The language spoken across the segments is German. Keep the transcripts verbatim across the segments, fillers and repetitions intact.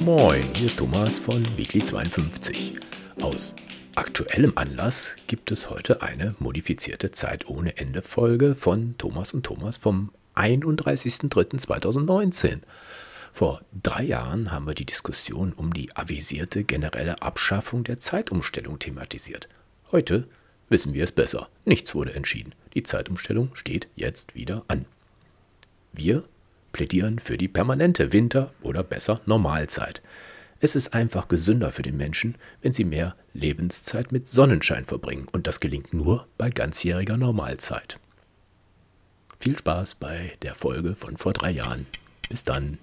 Moin, hier ist Thomas von Weekly zweiundfünfzig. Aus aktuellem Anlass gibt es heute eine modifizierte Zeit ohne Ende Folge von Thomas und Thomas vom einunddreißigsten dritten zweitausendneunzehn. Vor drei Jahren haben wir die Diskussion um die avisierte generelle Abschaffung der Zeitumstellung thematisiert. Heute wissen wir es besser. Nichts wurde entschieden. Die Zeitumstellung steht jetzt wieder an. Wir plädieren für die permanente Winter- oder besser Normalzeit. Es ist einfach gesünder für den Menschen, wenn sie mehr Lebenszeit mit Sonnenschein verbringen. Und das gelingt nur bei ganzjähriger Normalzeit. Viel Spaß bei der Folge von vor drei Jahren. Bis dann.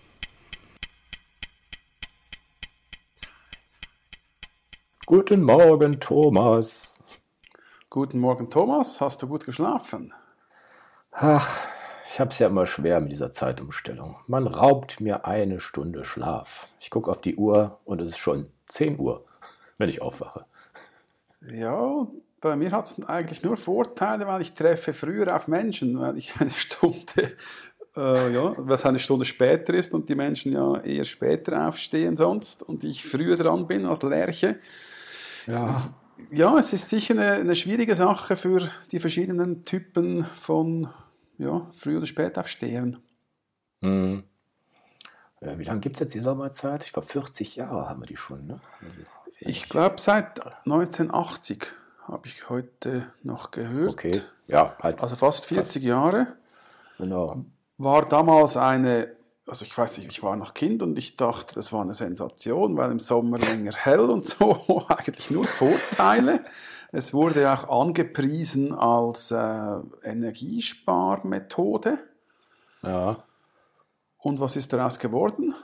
Guten Morgen, Thomas. Guten Morgen, Thomas. Hast du gut geschlafen? Ach, ich habe es ja immer schwer mit dieser Zeitumstellung. Man raubt mir eine Stunde Schlaf. Ich gucke auf die Uhr und es ist schon zehn Uhr, wenn ich aufwache. Ja, bei mir hat es eigentlich nur Vorteile, weil ich treffe früher auf Menschen, weil ich eine Stunde, äh, ja, weil es eine Stunde später ist und die Menschen ja eher später aufstehen sonst und ich früher dran bin als Lerche. Ja. Ja, es ist sicher eine, eine schwierige Sache für die verschiedenen Typen von ja, Früh- oder Spätaufstehern. Hm. Ja, wie lange gibt es jetzt die Sommerzeit? Ich glaube, vierzig Jahre haben wir die schon, ne? Also, Ich glaube, seit neunzehnhundertachtzig habe ich heute noch gehört. Okay, ja, halt. Also fast vierzig fast. Jahre. Genau. War damals eine, also ich weiß nicht, ich war noch Kind und ich dachte, das war eine Sensation, weil im Sommer länger hell und so, eigentlich nur Vorteile. Es wurde auch angepriesen als äh, Energiesparmethode. Ja. Und was ist daraus geworden?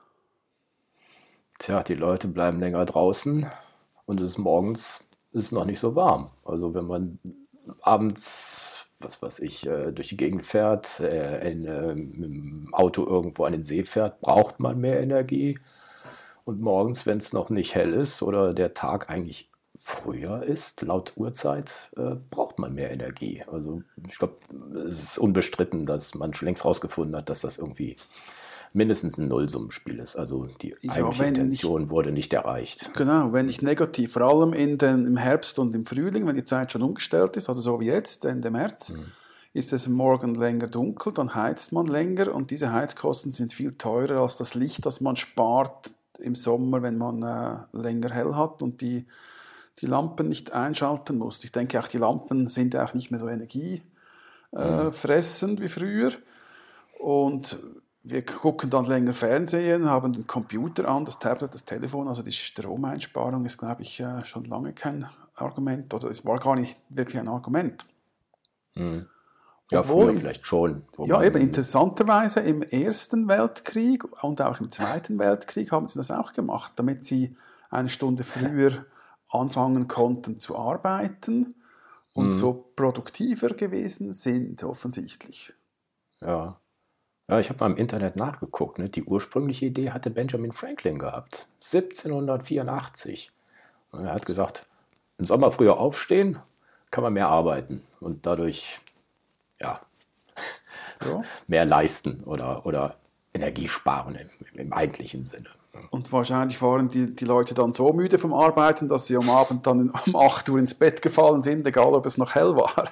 Tja, die Leute bleiben länger draußen und es ist morgens ist noch nicht so warm. Also wenn man abends, was weiß ich, äh, durch die Gegend fährt, äh, in, äh, mit dem Auto irgendwo an den See fährt, braucht man mehr Energie. Und morgens, wenn es noch nicht hell ist oder der Tag eigentlich früher ist, laut Uhrzeit, äh, braucht man mehr Energie. Also ich glaube, es ist unbestritten, dass man schon längst rausgefunden hat, dass das irgendwie mindestens ein Nullsummenspiel ist. Also die Ja, eigentliche wenn Intention nicht- wurde nicht erreicht. Genau, wenn nicht negativ, vor allem in den, im Herbst und im Frühling, wenn die Zeit schon umgestellt ist, also so wie jetzt, Ende März, ist es morgen länger dunkel, dann heizt man länger und diese Heizkosten sind viel teurer als das Licht, das man spart im Sommer, wenn man äh, länger hell hat und die, die Lampen nicht einschalten muss. Ich denke, auch die Lampen sind ja auch nicht mehr so energiefressend wie früher. Und wir gucken dann länger Fernsehen, haben den Computer an, das Tablet, das Telefon. Also die Stromeinsparung ist, glaube ich, äh, schon lange kein Argument. Oder es war gar nicht wirklich ein Argument. Hm. Ja, Obwohl- früher vielleicht schon. wo Ja, man- eben interessanterweise im Ersten Weltkrieg und auch im Zweiten Weltkrieg haben sie das auch gemacht, damit sie eine Stunde früher anfangen konnten zu arbeiten und Mhm. so produktiver gewesen sind, offensichtlich. Ja. Ja, ich habe mal im Internet nachgeguckt. Ne? Die ursprüngliche Idee hatte Benjamin Franklin gehabt. siebzehnhundertvierundachtzig. Und er hat gesagt, im Sommer früher aufstehen, kann man mehr arbeiten und dadurch ja, Ja. mehr leisten oder, oder Energie sparen im, im eigentlichen Sinne. Und wahrscheinlich waren die, die Leute dann so müde vom Arbeiten, dass sie am Abend dann um acht Uhr ins Bett gefallen sind, egal ob es noch hell war.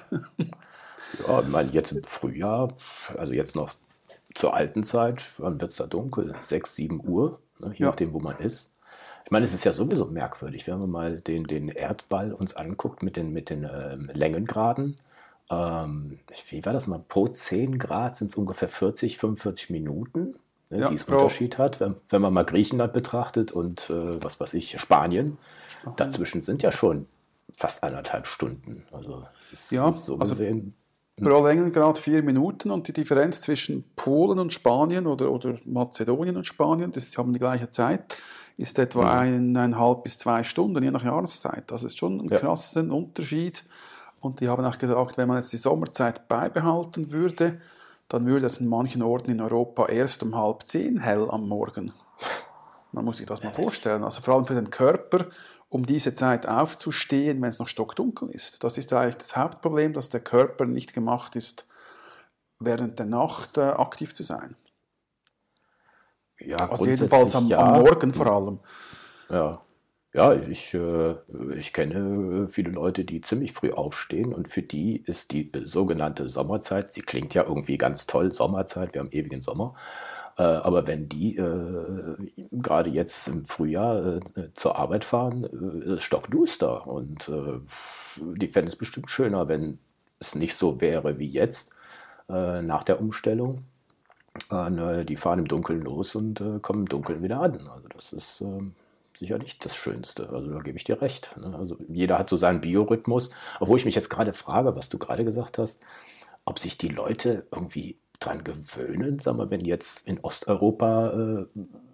Ja, ich meine, jetzt im Frühjahr, also jetzt noch zur alten Zeit, wann wird es da dunkel? sechs, sieben Uhr, ne, je Ja. nachdem, wo man ist. Ich meine, es ist ja sowieso merkwürdig, wenn man mal den, den Erdball uns anguckt mit den, mit den ähm, Längengraden. Ähm, wie war das mal? Pro zehn Grad sind es ungefähr vierzig, fünfundvierzig Minuten, ne, Ja, die es pro- Unterschied hat, wenn, wenn man mal Griechenland betrachtet und äh, was weiß ich, Spanien. Dazwischen sind ja schon fast anderthalb Stunden. Also es ist Ja, so also- gesehen. Pro Längengrad vier Minuten und die Differenz zwischen Polen und Spanien oder, oder Mazedonien und Spanien, das die haben die gleiche Zeit, ist etwa Mhm. eineinhalb bis zwei Stunden, je nach Jahreszeit. Das ist schon ein Ja. krasser Unterschied. Und die haben auch gesagt, wenn man jetzt die Sommerzeit beibehalten würde, dann würde es in manchen Orten in Europa erst um halb zehn hell am Morgen. Man muss sich das mal vorstellen. Also vor allem für den Körper, um diese Zeit aufzustehen, wenn es noch stockdunkel ist. Das ist eigentlich das Hauptproblem, dass der Körper nicht gemacht ist, während der Nacht äh, aktiv zu sein. Ja, Also jedenfalls am, ja. am Morgen vor allem. Ja, ja ich, äh, ich kenne viele Leute, die ziemlich früh aufstehen und für die ist die sogenannte Sommerzeit, sie klingt ja irgendwie ganz toll, Sommerzeit, wir haben ewigen Sommer, äh, aber wenn die äh, gerade jetzt im Frühjahr äh, zur Arbeit fahren, äh, ist stockduster und äh, die fänden es bestimmt schöner, wenn es nicht so wäre wie jetzt äh, nach der Umstellung. Äh, die fahren im Dunkeln los und äh, kommen im Dunkeln wieder an. Also das ist ähm, sicher nicht das Schönste. Also da gebe ich dir recht. Ne? Also jeder hat so seinen Biorhythmus. Obwohl ich mich jetzt gerade frage, was du gerade gesagt hast, ob sich die Leute irgendwie dran gewöhnen, sagen wir, wenn jetzt in Osteuropa äh,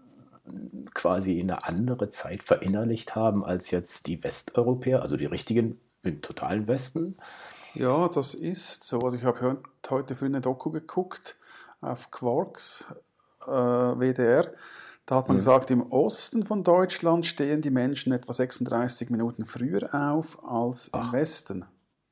quasi eine andere Zeit verinnerlicht haben als jetzt die Westeuropäer, also die richtigen im totalen Westen. Ja, das ist so. Also ich habe heute für eine Doku geguckt auf Quarks, äh, W D R. Da hat man mhm. gesagt, im Osten von Deutschland stehen die Menschen etwa sechsunddreißig Minuten früher auf als Ach. im Westen.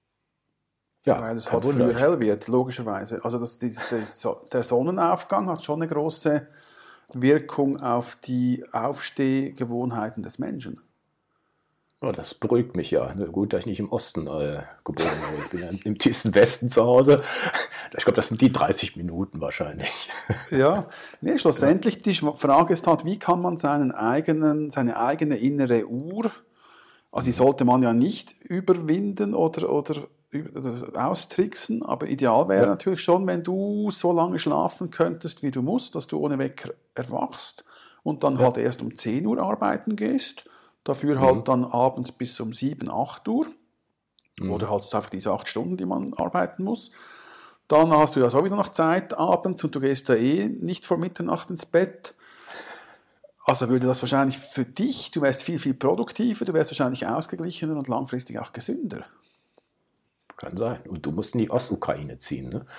Ja, weil es halt früher hell wird, logischerweise. Also das, die, die, der Sonnenaufgang hat schon eine große Wirkung auf die Aufstehgewohnheiten des Menschen. Ja, das beruhigt mich ja. Gut, dass ich nicht im Osten äh, geboren bin. Ich bin ja im tiefsten Westen zu Hause. Ich glaube, das sind die dreißig Minuten wahrscheinlich. Ja, nee, schlussendlich ja. Die Frage ist halt, wie kann man seinen eigenen, seine eigene innere Uhr, also die sollte man ja nicht überwinden oder, oder, oder austricksen, aber ideal wäre ja. natürlich schon, wenn du so lange schlafen könntest, wie du musst, dass du ohne Wecker erwachst und dann ja. halt erst um zehn Uhr arbeiten gehst. Dafür halt mhm. dann abends bis um sieben, acht Uhr. Mhm. Oder halt einfach diese acht Stunden, die man arbeiten muss. Dann hast du ja sowieso noch Zeit abends und du gehst ja eh nicht vor Mitternacht ins Bett. Also würde das wahrscheinlich für dich, du wärst viel, viel produktiver, du wärst wahrscheinlich ausgeglichener und langfristig auch gesünder. Kann sein. Und du musst in die Ostukraine ziehen, ne?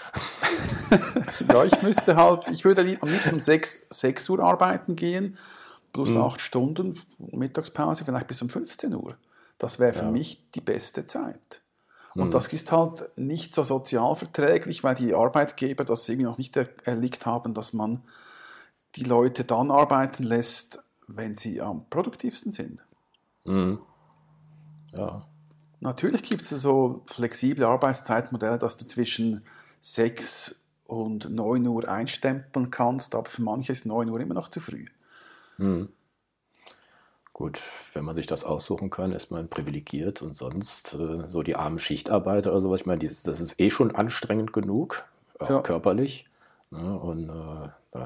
Ja, ich müsste halt, ich würde am liebsten um sechs Uhr arbeiten gehen. Plus mhm. acht Stunden Mittagspause, vielleicht bis um fünfzehn Uhr. Das wäre für ja. mich die beste Zeit. Und mhm. das ist halt nicht so sozialverträglich, weil die Arbeitgeber das irgendwie noch nicht erlegt haben, dass man die Leute dann arbeiten lässt, wenn sie am produktivsten sind. Mhm. Ja. Natürlich gibt es so flexible Arbeitszeitmodelle, dass du zwischen sechs und neun Uhr einstempeln kannst, aber für manche ist neun Uhr immer noch zu früh. Hm. Gut, wenn man sich das aussuchen kann, ist man privilegiert und sonst äh, so die armen Schichtarbeiter oder sowas, ich meine, das, das ist eh schon anstrengend genug, auch ja. körperlich. Ne? Und äh,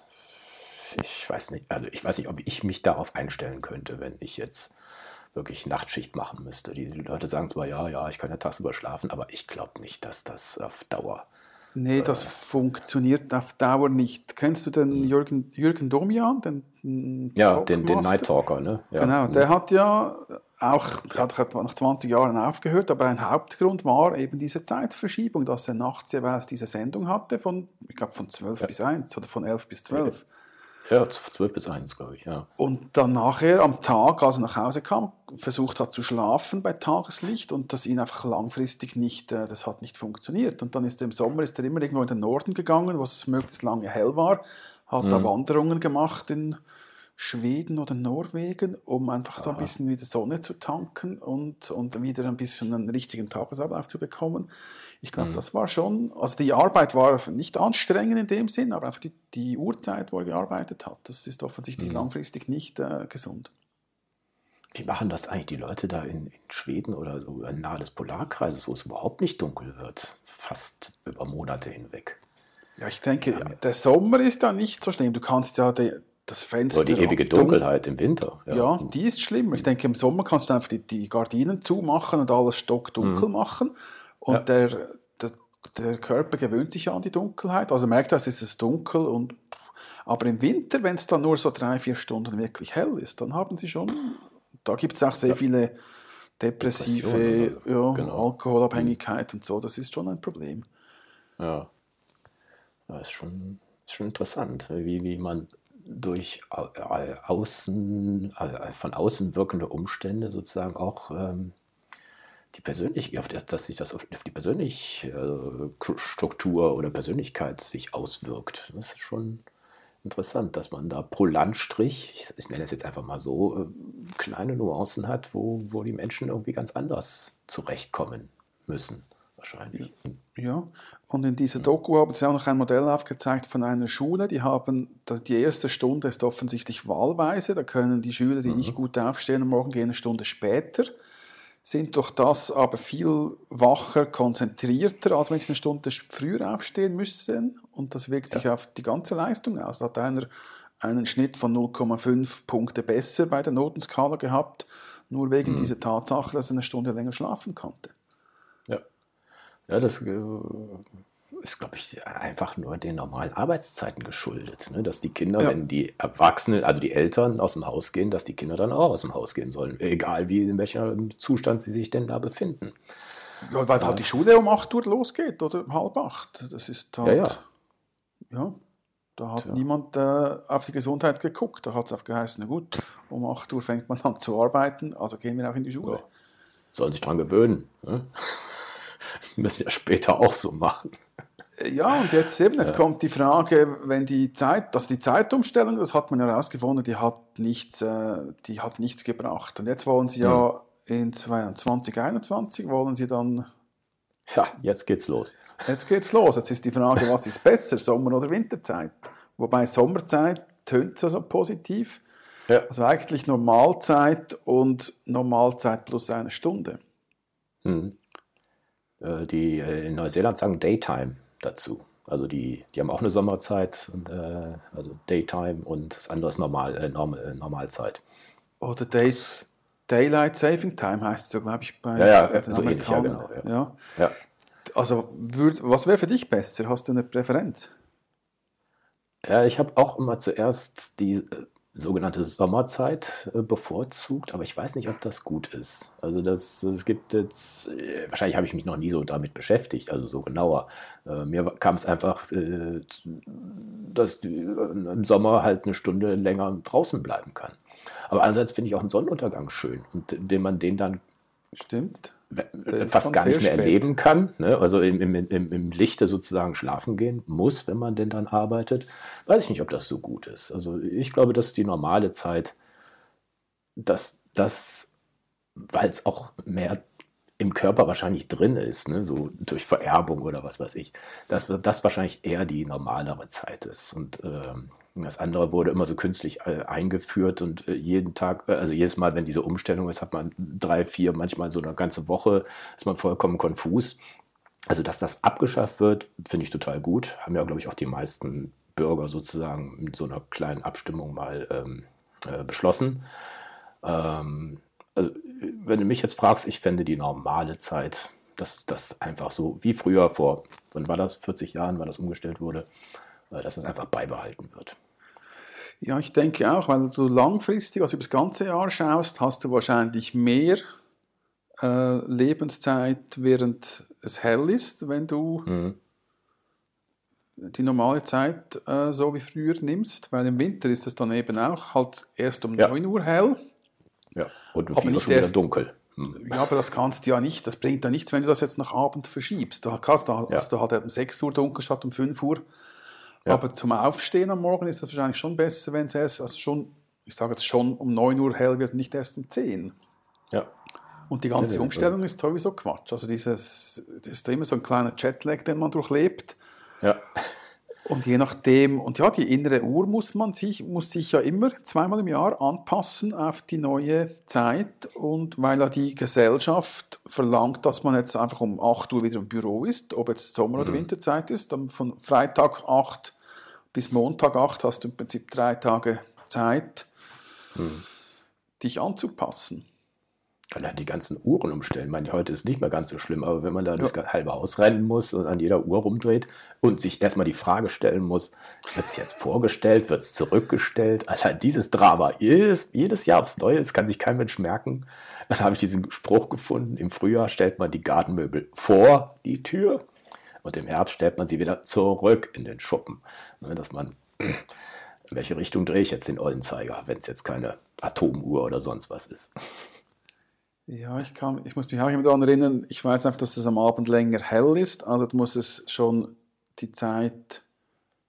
ich weiß nicht, also ich weiß nicht, ob ich mich darauf einstellen könnte, wenn ich jetzt wirklich Nachtschicht machen müsste. Die, die Leute sagen zwar, ja, ja, ich kann ja tagsüber schlafen, aber ich glaube nicht, dass das auf Dauer Nee, das äh, funktioniert auf Dauer nicht. Kennst du den Jürgen, Jürgen Domian? Den ja, den, den Night Talker, ne? Ja. Genau, der hat ja auch hat, hat nach zwanzig Jahren aufgehört, aber ein Hauptgrund war eben diese Zeitverschiebung, dass er nachts jeweils diese Sendung hatte von, ich glaube, von zwölf ja. bis eins oder von elf bis zwölf. Ja, zwölf bis eins, glaube ich, ja. Und dann nachher am Tag, als er nach Hause kam, versucht hat zu schlafen bei Tageslicht und das ihn einfach langfristig nicht, äh, das hat nicht funktioniert. Und dann ist er im Sommer ist er immer irgendwo in den Norden gegangen, wo es möglichst lange hell war, hat mhm. da Wanderungen gemacht in Schweden oder Norwegen, um einfach Aha. so ein bisschen wieder Sonne zu tanken und, und wieder ein bisschen einen richtigen Tagesablauf zu bekommen. Ich glaube, mhm. das war schon, also die Arbeit war nicht anstrengend in dem Sinn, aber einfach die, die Uhrzeit, wo er gearbeitet hat, das ist offensichtlich mhm. langfristig nicht äh, gesund. Wie machen das eigentlich die Leute da in, in Schweden oder so nahe des Polarkreises, wo es überhaupt nicht dunkel wird, fast über Monate hinweg? Ja, ich denke, ja, der Sommer ist da nicht so schlimm. Du kannst ja die, das Fenster... Oder die ewige Dunkelheit im Winter. Ja. ja, die ist schlimm. Ich denke, im Sommer kannst du einfach die, die Gardinen zumachen und alles stockdunkel mhm. machen. Und ja. der, der, der Körper gewöhnt sich ja an die Dunkelheit. Also merkt, es ist dunkel. Und, aber im Winter, wenn es dann nur so drei, vier Stunden wirklich hell ist, dann haben sie schon... Da gibt es auch sehr ja. viele depressive ja, genau. Alkoholabhängigkeit mhm. und so. Das ist schon ein Problem. Ja, das ist schon, ist schon interessant, wie, wie man durch außen, von außen wirkende Umstände sozusagen auch ähm, die Persönlichkeit, auf das, dass sich das auf die persönliche äh, Struktur oder Persönlichkeit sich auswirkt. Das ist schon interessant, dass man da pro Landstrich, ich, ich nenne es jetzt einfach mal so, äh, kleine Nuancen hat, wo, wo die Menschen irgendwie ganz anders zurechtkommen müssen, wahrscheinlich. Ja, und in dieser Doku haben sie auch noch ein Modell aufgezeigt von einer Schule, die haben, die erste Stunde ist offensichtlich wahlweise, da können die Schüler, die mhm. nicht gut aufstehen, am Morgen gehen eine Stunde später, sind durch das aber viel wacher, konzentrierter, als wenn sie eine Stunde früher aufstehen müssen. Und das wirkt ja. sich auf die ganze Leistung aus. Da hat einer einen Schnitt von null Komma fünf Punkte besser bei der Notenskala gehabt, nur wegen mhm. dieser Tatsache, dass er eine Stunde länger schlafen konnte. Ja, ja das äh, ist, glaube ich, einfach nur den normalen Arbeitszeiten geschuldet, ne? Dass die Kinder, ja. wenn die Erwachsenen, also die Eltern aus dem Haus gehen, dass die Kinder dann auch aus dem Haus gehen sollen, egal wie, in welchem Zustand sie sich denn da befinden. Ja, weil ja. halt die Schule um acht Uhr losgeht oder um halb acht. Das ist halt, ja, ja. ja da hat Tja. niemand äh, auf die Gesundheit geguckt. Da hat es auf geheißen, na gut, um acht Uhr fängt man an zu arbeiten, also gehen wir auch in die Schule. Ja. Sollen sich dran gewöhnen. Ne? Müssen ja später auch so machen. Ja, und jetzt eben, jetzt ja. kommt die Frage, wenn die Zeit, also die Zeitumstellung, das hat man ja herausgefunden, die hat nichts, äh, die hat nichts gebracht. Und jetzt wollen sie ja, ja in zwanzig einundzwanzig wollen sie dann. Ja, jetzt geht's los. Jetzt geht's los. Jetzt ist die Frage, was ist besser, Sommer- oder Winterzeit? Wobei Sommerzeit tönt ja so positiv. Ja. Also eigentlich Normalzeit und Normalzeit plus eine Stunde. Hm. Äh, die äh, in Neuseeland sagen Daytime dazu. Also die, die haben auch eine Sommerzeit, und, äh, also Daytime, und das andere ist Normal, äh, Normal, Normalzeit. Oder Day, Daylight Saving Time heißt es so, glaube ich, bei, ja, ja, bei den so ähnlich, ja, genau. Ja. Ja. Ja. Also würd, was wäre für dich besser? Hast du eine Präferenz? Ja, ich habe auch immer zuerst die äh, sogenannte Sommerzeit äh, bevorzugt, aber ich weiß nicht, ob das gut ist. Also das, es gibt jetzt, äh, wahrscheinlich habe ich mich noch nie so damit beschäftigt, also so genauer. Äh, mir kam es einfach, äh, dass die, äh, im Sommer halt eine Stunde länger draußen bleiben kann. Aber andererseits finde ich auch einen Sonnenuntergang schön, und indem man den dann Stimmt. fast gar nicht mehr spät. erleben kann, ne? Also im, im, im, im Lichte sozusagen schlafen gehen muss, wenn man denn dann arbeitet, weiß ich nicht, ob das so gut ist. Also ich glaube, dass die normale Zeit, dass das, weil es auch mehr im Körper wahrscheinlich drin ist, ne? So durch Vererbung oder was weiß ich, dass das wahrscheinlich eher die normalere Zeit ist. Und ähm, das andere wurde immer so künstlich äh, eingeführt, und äh, jeden Tag, äh, also jedes Mal, wenn diese Umstellung ist, hat man drei, vier, manchmal so eine ganze Woche, ist man vollkommen konfus. Also, dass das abgeschafft wird, finde ich total gut. Haben ja, glaube ich, auch die meisten Bürger sozusagen in so einer kleinen Abstimmung mal ähm, äh, beschlossen. Ähm, also, wenn du mich jetzt fragst, ich fände die normale Zeit, dass das einfach so wie früher vor, wann war das, vierzig Jahren, wann das umgestellt wurde, dass es einfach beibehalten wird. Ja, ich denke auch, weil du langfristig, also über das ganze Jahr schaust, hast du wahrscheinlich mehr äh, Lebenszeit, während es hell ist, wenn du mhm. die normale Zeit äh, so wie früher nimmst, weil im Winter ist es dann eben auch halt erst um ja. neun Uhr hell. Ja, und um vier Uhr schon wieder dunkel. Hm. Ja, aber das kannst du ja nicht, das bringt ja nichts, wenn du das jetzt nach Abend verschiebst. Da kannst du, ja. hast du halt um sechs Uhr dunkel statt um fünf Uhr. Ja. Aber zum Aufstehen am Morgen ist das wahrscheinlich schon besser, wenn es erst, also schon, ich sage jetzt schon um neun Uhr hell wird, nicht erst um zehn. Ja. Und die ganze ja, Umstellung ja. ist sowieso Quatsch. Also dieses, das ist immer so ein kleiner Jetlag, den man durchlebt. Ja. Und je nachdem, und ja, die innere Uhr muss man sich, muss sich ja immer zweimal im Jahr anpassen auf die neue Zeit. Und weil ja die Gesellschaft verlangt, dass man jetzt einfach um acht Uhr wieder im Büro ist, ob jetzt Sommer- oder mhm. Winterzeit ist, dann von Freitag acht bis Montag acht hast du im Prinzip drei Tage Zeit, mhm. dich anzupassen. Kann ja die ganzen Uhren umstellen. Ich meine, heute ist nicht mehr ganz so schlimm, aber wenn man da ja. das halbe Haus rennen muss und an jeder Uhr rumdreht und sich erstmal die Frage stellen muss, wird es jetzt vorgestellt, wird es zurückgestellt? Alter, dieses Drama, jedes, jedes Jahr aufs Neue, das kann sich kein Mensch merken. Dann habe ich diesen Spruch gefunden, im Frühjahr stellt man die Gartenmöbel vor die Tür und im Herbst stellt man sie wieder zurück in den Schuppen. Dass man, in welche Richtung drehe ich jetzt den Ollenzeiger, wenn es jetzt keine Atomuhr oder sonst was ist. Ja, ich, kann, ich muss mich auch immer daran erinnern, ich weiß einfach, dass es am Abend länger hell ist, also muss es schon die Zeit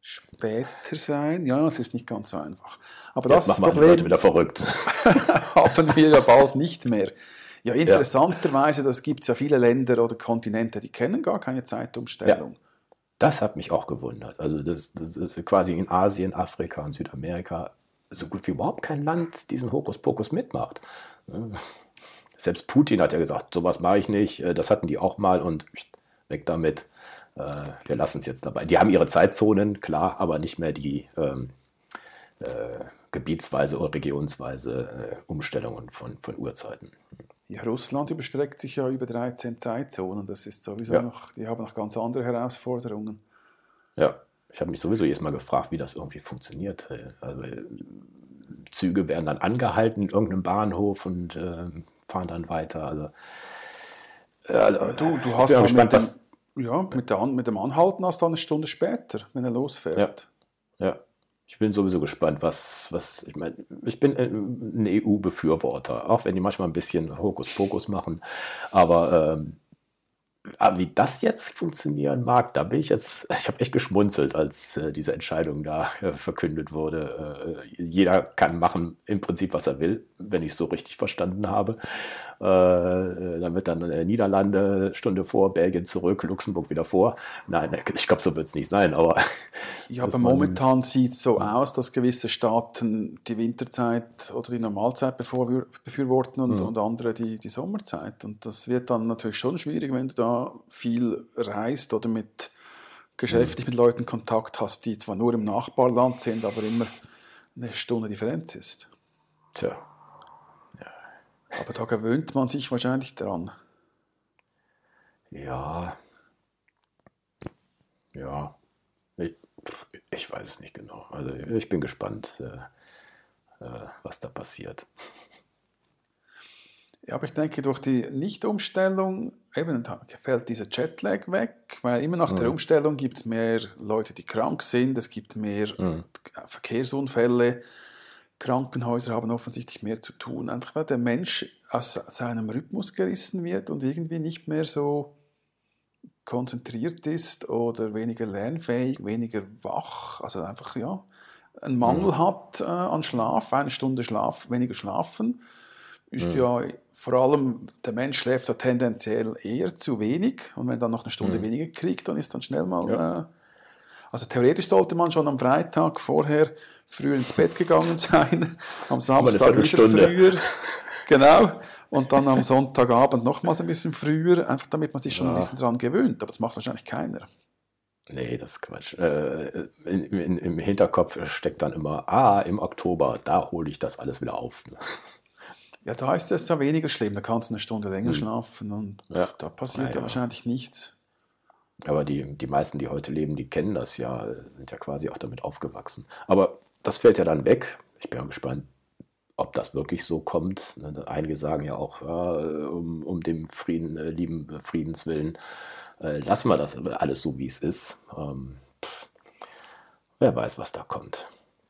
später sein. Ja, es ist nicht ganz so einfach. Aber Jetzt das machen wir die Leute wieder verrückt. haben wir ja bald nicht mehr. Ja, interessanterweise, das gibt es ja viele Länder oder Kontinente, die kennen gar keine Zeitumstellung. Ja, das hat mich auch gewundert. Also das, das ist quasi in Asien, Afrika und Südamerika so gut wie überhaupt kein Land diesen Hokuspokus mitmacht. Selbst Putin hat ja gesagt, sowas mache ich nicht. Das hatten die auch mal und weg damit. Wir lassen es jetzt dabei. Die haben ihre Zeitzonen, klar, aber nicht mehr die ähm, äh, gebietsweise oder regionsweise äh, Umstellungen von, von Uhrzeiten. Ja, Russland überstreckt sich ja über dreizehn Zeitzonen. Das ist sowieso Ja. noch, die haben noch ganz andere Herausforderungen. Ja, ich habe mich sowieso jetzt mal gefragt, wie das irgendwie funktioniert. Also, Züge werden dann angehalten in irgendeinem Bahnhof und äh, fahren dann weiter. Also, äh, du, du hast ich bin da gespannt, mit, dem, was, ja, mit, der, mit dem Anhalten hast du eine Stunde später, wenn er losfährt. Ja, ja. Ich bin sowieso gespannt, was, was ich meine, ich bin ein E U-Befürworter, auch wenn die manchmal ein bisschen Hokuspokus machen, aber ähm, Aber wie das jetzt funktionieren mag, da bin ich jetzt, ich habe echt geschmunzelt, als äh, diese Entscheidung da äh, verkündet wurde. Äh, jeder kann machen im Prinzip, was er will, wenn ich es so richtig verstanden habe. Äh, dann wird dann äh, Niederlande Stunde vor, Belgien zurück, Luxemburg wieder vor. Nein, ich glaube, so wird es nicht sein. Aber ja, aber momentan sieht es so aus, dass gewisse Staaten die Winterzeit oder die Normalzeit befürworten und, mhm. und andere die, die Sommerzeit. Und das wird dann natürlich schon schwierig, wenn du da viel reist oder mit geschäftlich mit Leuten Kontakt hast, die zwar nur im Nachbarland sind, aber immer eine Stunde Differenz ist. Tja. Ja. Aber da gewöhnt man sich wahrscheinlich dran. Ja. Ja. Ich, ich weiß es nicht genau. Also ich bin gespannt, äh, äh, was da passiert. Ja, aber ich denke, durch die Nicht-Umstellung eben fällt dieser Jetlag weg, weil immer nach mhm. der Umstellung gibt es mehr Leute, die krank sind, es gibt mehr mhm. Verkehrsunfälle, Krankenhäuser haben offensichtlich mehr zu tun, einfach weil der Mensch aus seinem Rhythmus gerissen wird und irgendwie nicht mehr so konzentriert ist oder weniger lernfähig, weniger wach, also einfach ja, einen Mangel mhm. hat äh, an Schlaf, eine Stunde Schlaf, weniger schlafen. Ist mhm. ja vor allem, der Mensch schläft ja tendenziell eher zu wenig und wenn er dann noch eine Stunde mhm. weniger kriegt, dann ist dann schnell mal... Ja. Äh, also theoretisch sollte man schon am Freitag vorher früher ins Bett gegangen sein, am Samstag wieder früher, genau, und dann am Sonntagabend nochmals ein bisschen früher, einfach damit man sich schon ja. ein bisschen dran gewöhnt, aber das macht wahrscheinlich keiner. Nee, das ist Quatsch. Äh, in, in, Im Hinterkopf steckt dann immer, ah, im Oktober, da hole ich das alles wieder auf. Ja, da ist es ja weniger schlimm, da kannst du eine Stunde länger hm. schlafen und ja. da passiert ja, ja wahrscheinlich nichts. Aber die, die meisten, die heute leben, die kennen das ja, sind ja quasi auch damit aufgewachsen. Aber das fällt ja dann weg. Ich bin ja gespannt, ob das wirklich so kommt. Einige sagen ja auch, ja, um, um dem Frieden, äh, lieben Friedenswillen, äh, lassen wir das alles so, wie es ist. Ähm, pff, wer weiß, was da kommt.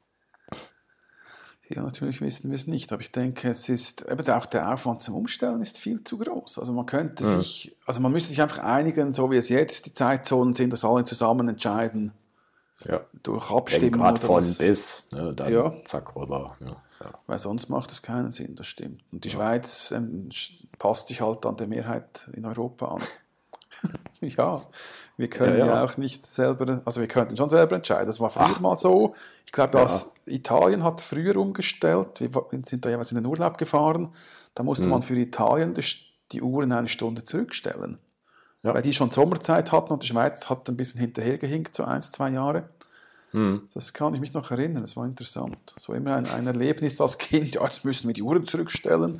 Ja, natürlich wissen wir es nicht, aber ich denke, es ist, eben auch der Aufwand zum Umstellen ist viel zu groß. Also man könnte mhm. sich, also man müsste sich einfach einigen, so wie es jetzt die Zeitzonen sind, dass alle zusammen entscheiden, ja. durch Abstimmung Grad oder von was. bis, ne, dann ja. zack rüber. Ja, ja. Weil sonst macht das keinen Sinn, das stimmt. Und die ja. Schweiz ähm, passt sich halt an der Mehrheit in Europa an. Ja, wir können ja, ja. ja auch nicht selber, also wir könnten schon selber entscheiden. Das war früher Ach. mal so. Ich glaube, ja. Italien hat früher umgestellt. Wir sind da jeweils in den Urlaub gefahren. Da musste hm. man für Italien die Uhren eine Stunde zurückstellen. Ja. Weil die schon Sommerzeit hatten und die Schweiz hat ein bisschen hinterhergehinkt, so eins, zwei Jahre. Hm. Das kann ich mich noch erinnern, das war interessant. Das war immer ein, ein Erlebnis als Kind. Ja, jetzt müssen wir die Uhren zurückstellen.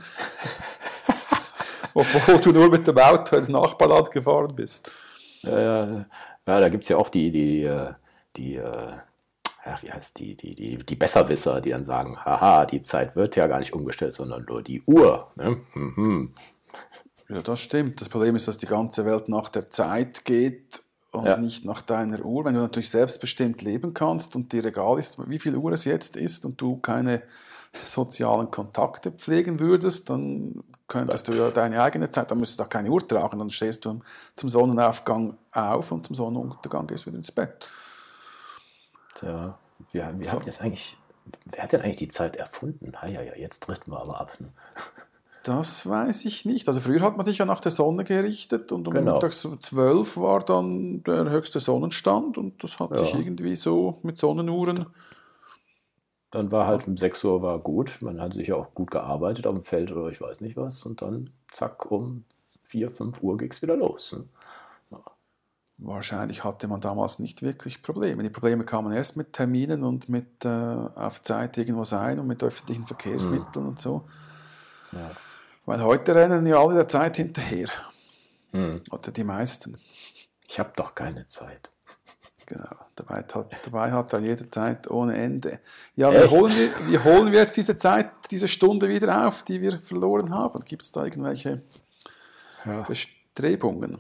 Obwohl du nur mit dem Auto ins Nachbarland gefahren bist. Ja, ja, ja, da gibt es ja auch die, die, die, die ja, wie heißt die, die, die, die Besserwisser, die dann sagen, haha, die Zeit wird ja gar nicht umgestellt, sondern nur die Uhr. Ne? Mhm. Ja, das stimmt. Das Problem ist, dass die ganze Welt nach der Zeit geht und ja. nicht nach deiner Uhr. Wenn du natürlich selbstbestimmt leben kannst und dir egal ist, wie viel Uhr es jetzt ist und du keine sozialen Kontakte pflegen würdest, dann könntest du ja deine eigene Zeit, dann müsstest du auch keine Uhr tragen, dann stehst du zum Sonnenaufgang auf und zum Sonnenuntergang gehst du wieder ins Bett. Tja, wir, wir So. haben jetzt eigentlich, wer hat denn eigentlich die Zeit erfunden? Ha, ja, ja, jetzt driften wir aber ab. Ne? Das weiß ich nicht. Also früher hat man sich ja nach der Sonne gerichtet und um Genau. mittags um zwölf war dann der höchste Sonnenstand und das hat sich Ja. irgendwie so mit Sonnenuhren. Dann war halt um sechs Uhr war gut. Man hat sich ja auch gut gearbeitet auf dem Feld oder ich weiß nicht was. Und dann, zack, um vier, fünf Uhr ging es wieder los. Ne? Wahrscheinlich hatte man damals nicht wirklich Probleme. Die Probleme kamen erst mit Terminen und mit äh, auf Zeit irgendwo sein und mit öffentlichen Verkehrsmitteln und so. Ja. Weil heute rennen ja alle der Zeit hinterher. Hm. Oder die meisten. Ich habe doch keine Zeit. Genau. Dabei hat, dabei hat er jede Zeit ohne Ende. Ja, wie Echt? holen, wir, wie holen wir jetzt diese Zeit, diese Stunde wieder auf, die wir verloren haben? Gibt es da irgendwelche Ja. Bestrebungen?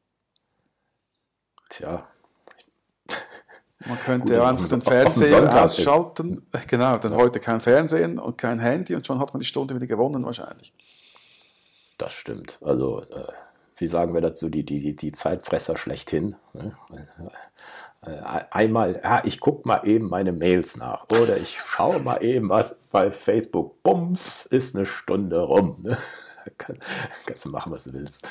Tja. Man könnte Gut, ja dass einfach es den auf dem- auf dem Fernseher Sonntag ist. ausschalten. Genau, dann heute kein Fernsehen und kein Handy und schon hat man die Stunde wieder gewonnen wahrscheinlich. Das stimmt. Also, äh, wie sagen wir dazu, die, die, die Zeitfresser schlechthin. Ne? Äh, einmal, ja, ich gucke mal eben meine Mails nach oder ich schaue mal eben was bei Facebook. Bums, ist eine Stunde rum. Ne? Kann, kannst du machen, was du willst.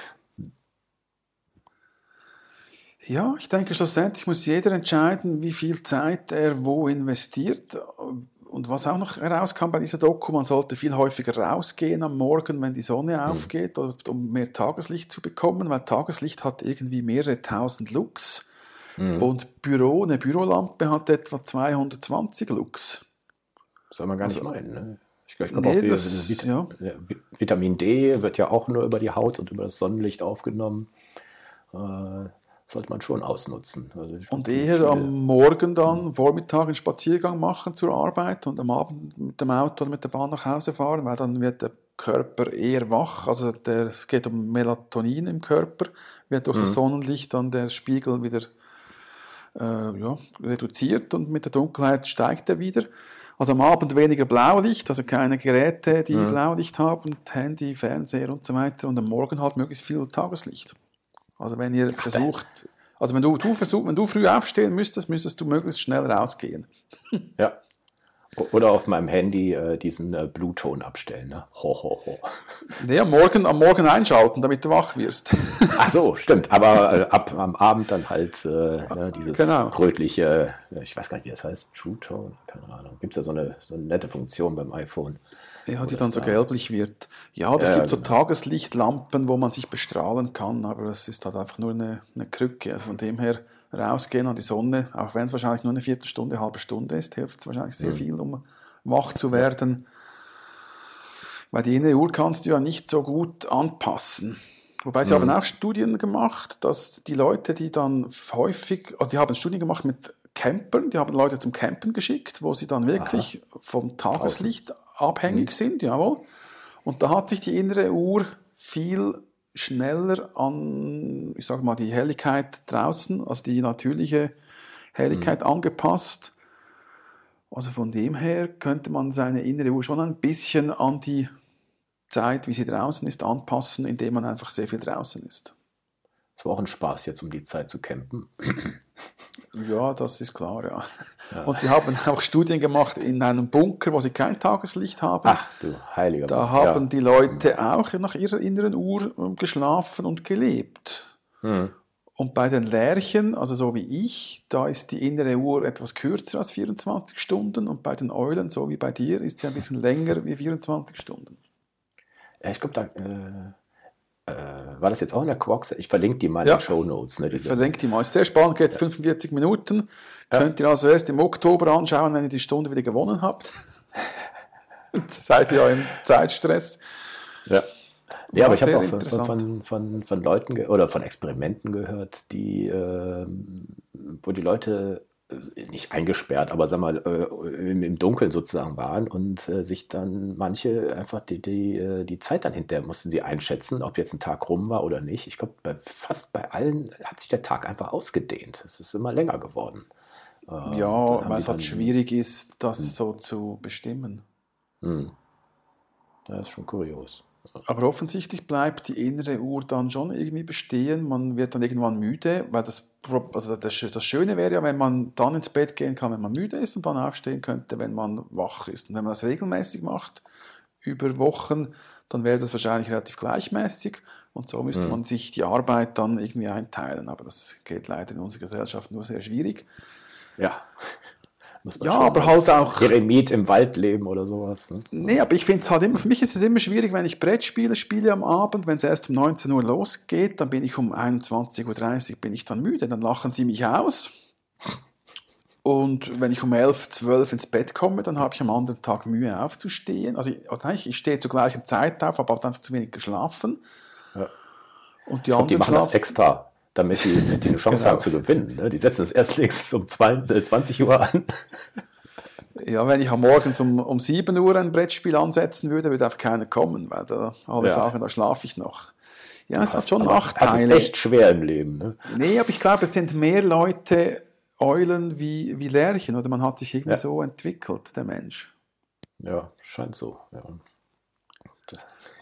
Ja, ich denke, schlussendlich muss jeder entscheiden, wie viel Zeit er wo investiert. Und was auch noch herauskam bei dieser Doku, man sollte viel häufiger rausgehen am Morgen, wenn die Sonne aufgeht, oder, um mehr Tageslicht zu bekommen, weil Tageslicht hat irgendwie mehrere tausend Lux. Mhm. Und Büro, eine Bürolampe hat etwa zweihundertzwanzig Lux. Soll man gar nicht Also, meinen. Ne? Ich glaube, ich glaub Nee, auch, wie- das, Vit ja. Vitamin D wird ja auch nur über die Haut und über das Sonnenlicht aufgenommen. Äh, sollte man schon ausnutzen. Also ich Und glaub, eher viele- am Morgen dann, Vormittag einen Spaziergang machen zur Arbeit und am Abend mit dem Auto oder mit der Bahn nach Hause fahren, weil dann wird der Körper eher wach. Also der, es geht um Melatonin im Körper, wird durch das Sonnenlicht dann der Spiegel wieder äh, ja, reduziert und mit der Dunkelheit steigt er wieder. Also am Abend weniger Blaulicht, also keine Geräte, die Blaulicht haben, Handy, Fernseher und so weiter. Und am Morgen halt möglichst viel Tageslicht. Also wenn ihr versucht, also wenn du, du versuch, wenn du früh aufstehen müsstest, müsstest du möglichst schnell rausgehen. Ja. O- Oder auf meinem Handy äh, diesen äh, Blutton abstellen. Ne? Ho, ho, ho. Nee, am Morgen, am Morgen einschalten, damit du wach wirst. Ach so, stimmt. Aber äh, ab am Abend dann halt äh, ne, dieses Genau. rötliche, äh, ich weiß gar nicht, wie das heißt, True Tone, keine Ahnung. Gibt es ja so eine, so eine nette Funktion beim iPhone. Ja, wo die das dann so da- gelblich wird. Ja, das Ja, gibt so genau. Tageslichtlampen, wo man sich bestrahlen kann, aber das ist halt einfach nur eine, eine Krücke. Also von dem her rausgehen an die Sonne, auch wenn es wahrscheinlich nur eine Viertelstunde, halbe Stunde ist, hilft es wahrscheinlich sehr viel, um wach zu werden. Weil die innere Uhr kannst du ja nicht so gut anpassen. Wobei sie haben auch Studien gemacht, dass die Leute, die dann häufig, also die haben Studien gemacht mit Campern, die haben Leute zum Campen geschickt, wo sie dann wirklich vom Tageslicht abhängig sind, jawohl. Und da hat sich die innere Uhr viel schneller an, ich sage mal, die Helligkeit draußen, also die natürliche Helligkeit angepasst. Also von dem her könnte man seine innere Uhr schon ein bisschen an die Zeit, wie sie draußen ist, anpassen, indem man einfach sehr viel draußen ist. Es war auch ein Spaß, jetzt um die Zeit zu campen. Ja, das ist klar, ja. ja. Und sie haben auch Studien gemacht in einem Bunker, wo sie kein Tageslicht haben. Ach du heiliger Da Mann. haben Ja. die Leute auch nach ihrer inneren Uhr geschlafen und gelebt. Hm. Und bei den Lerchen, also so wie ich, da ist die innere Uhr etwas kürzer als vierundzwanzig Stunden und bei den Eulen, so wie bei dir, ist sie ein bisschen länger wie vierundzwanzig Stunden. Ja, ich glaube, da äh, äh, war das jetzt auch in der Quarks? Ich verlinke die mal in Ja. den Shownotes. Ne, Ich diese- verlinke die mal. Ist sehr spannend, geht fünfundvierzig Minuten. Könnt ihr also erst im Oktober anschauen, wenn ihr die Stunde wieder gewonnen habt. Und seid ihr ja im Zeitstress. Ja. Ja, aber ich habe sehr auch von, interessant. von, von, von Leuten ge- oder von Experimenten gehört, die, ähm, wo die Leute äh, nicht eingesperrt, aber sag mal, äh, im, im Dunkeln sozusagen waren und äh, sich dann manche einfach die, die, äh, die Zeit dann hinterher mussten sie einschätzen, ob jetzt ein Tag rum war oder nicht. Ich glaube, bei, fast bei allen hat sich der Tag einfach ausgedehnt. Es ist immer länger geworden. Äh, dann Ja, haben weil die es halt dann- schwierig ist, das so zu bestimmen. Hm. Ja, ist schon kurios. Aber offensichtlich bleibt die innere Uhr dann schon irgendwie bestehen. Man wird dann irgendwann müde, weil das, also das, das Schöne wäre ja, wenn man dann ins Bett gehen kann, wenn man müde ist und dann aufstehen könnte, wenn man wach ist. Und wenn man das regelmäßig macht, über Wochen, dann wäre das wahrscheinlich relativ gleichmäßig und so müsste mhm. man sich die Arbeit dann irgendwie einteilen. Aber das geht leider in unserer Gesellschaft nur sehr schwierig. Ja. Muss man ja, aber halt auch Eremit im Wald leben oder sowas. Ne? Nee, aber ich finde es halt immer, für mich ist es immer schwierig, wenn ich Brettspiele spiele am Abend, wenn es erst um neunzehn Uhr losgeht, dann bin ich um einundzwanzig Uhr dreißig bin ich dann müde, dann lachen sie mich aus. Und wenn ich um elf, zwölf ins Bett komme, dann habe ich am anderen Tag Mühe aufzustehen. Also ich, oder ich stehe zur gleichen Zeit auf, habe halt einfach zu wenig geschlafen. Ja. Und die ich anderen glaub, die machen schlafen, das extra, damit sie, damit die eine Chance genau. haben zu gewinnen. Ne? Die setzen es erst links um zwanzig Uhr an. Ja, wenn ich am Morgen um, um sieben Uhr ein Brettspiel ansetzen würde, würde auch keiner kommen, weil da alle Ja. sagen, da schlafe ich noch. Ja, Du es hat hast- schon aber Nachteile. Das ist echt schwer im Leben. Ne? Nee, aber ich glaube, es sind mehr Leute Eulen wie, wie Lerchen, oder man hat sich irgendwie Ja. so entwickelt, der Mensch. Ja, scheint so. Ja. Das,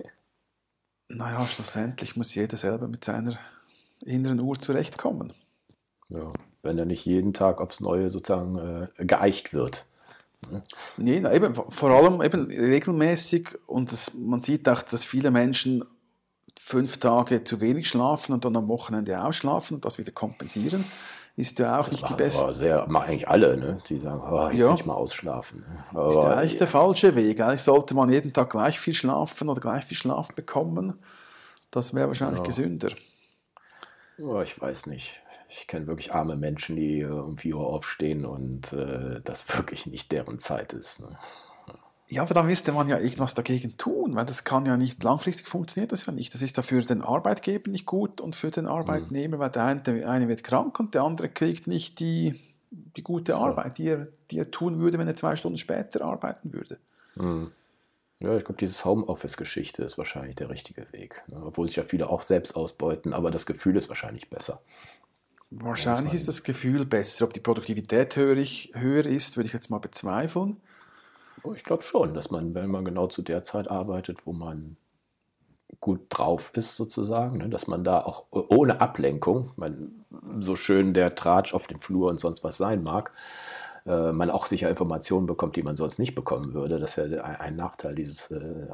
Naja, schlussendlich muss jeder selber mit seiner inneren Uhr zurechtkommen. ja. Wenn er nicht jeden Tag aufs Neue sozusagen äh, geeicht wird. Nee, na, eben, vor allem eben regelmäßig und das, man sieht auch, dass viele Menschen fünf Tage zu wenig schlafen und dann am Wochenende ausschlafen und das wieder kompensieren, ist ja auch Das nicht die machen beste. aber sehr, machen eigentlich alle, ne? Die sagen, oh, jetzt Ja. will ich mal ausschlafen. Ne? Ist ja Aber, eigentlich der falsche Weg. Eigentlich sollte man jeden Tag gleich viel schlafen oder gleich viel Schlaf bekommen. Das wäre wahrscheinlich Ja. gesünder. oh, ich weiß nicht. Ich kenne wirklich arme Menschen, die äh, um vier Uhr aufstehen und äh, das wirklich nicht deren Zeit ist. Ne? Ja, aber da müsste man ja irgendwas dagegen tun, weil das kann ja nicht, langfristig funktioniert das ja nicht. Das ist ja für den Arbeitgeber nicht gut und für den Arbeitnehmer, weil der eine, der eine wird krank und der andere kriegt nicht die, die gute Arbeit, die er, die er tun würde, wenn er zwei Stunden später arbeiten würde. Hm. Ja, ich glaube, dieses Homeoffice-Geschichte ist wahrscheinlich der richtige Weg. Ne? Obwohl sich ja viele auch selbst ausbeuten, aber das Gefühl ist wahrscheinlich besser. Wahrscheinlich ist das Gefühl besser. Ob die Produktivität höher, ich, höher ist, würde ich jetzt mal bezweifeln. Oh, ich glaube schon, dass man, wenn man genau zu der Zeit arbeitet, wo man gut drauf ist sozusagen, ne, dass man da auch ohne Ablenkung, man, so schön der Tratsch auf dem Flur und sonst was sein mag, äh, man auch sicher Informationen bekommt, die man sonst nicht bekommen würde. Das ist ja ein, ein Nachteil dieses äh,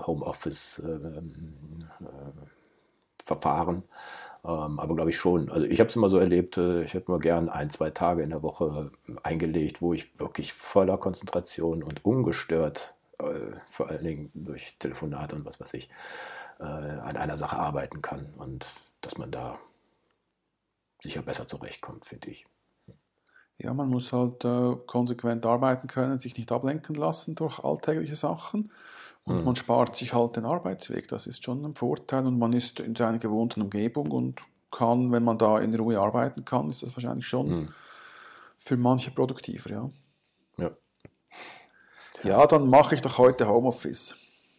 Homeoffice-Verfahren. Ähm, aber glaube ich schon. Also ich habe es immer so erlebt, äh, ich hätte nur gern ein, zwei Tage in der Woche eingelegt, wo ich wirklich voller Konzentration und ungestört, äh, vor allen Dingen durch Telefonate und was weiß ich, äh, an einer Sache arbeiten kann und dass man da sicher besser zurechtkommt, finde ich. Ja, man muss halt äh, konsequent arbeiten können, sich nicht ablenken lassen durch alltägliche Sachen. Und Mhm. man spart sich halt den Arbeitsweg. Das ist schon ein Vorteil. Und man ist in seiner gewohnten Umgebung und kann, wenn man da in Ruhe arbeiten kann, ist das wahrscheinlich schon Mhm. für manche produktiver. Ja, Ja. ja dann mache ich doch heute Homeoffice.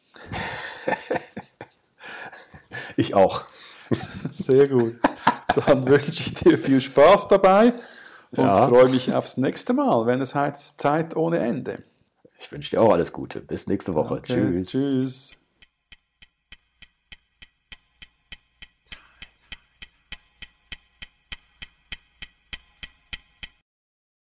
Ich auch. Sehr gut. Dann wünsche ich dir viel Spaß dabei und Ja. freue mich aufs nächste Mal, wenn es heißt Zeit ohne Ende. Ich wünsche dir auch alles Gute. Bis nächste Woche. Okay, Tschüss. Tschüss.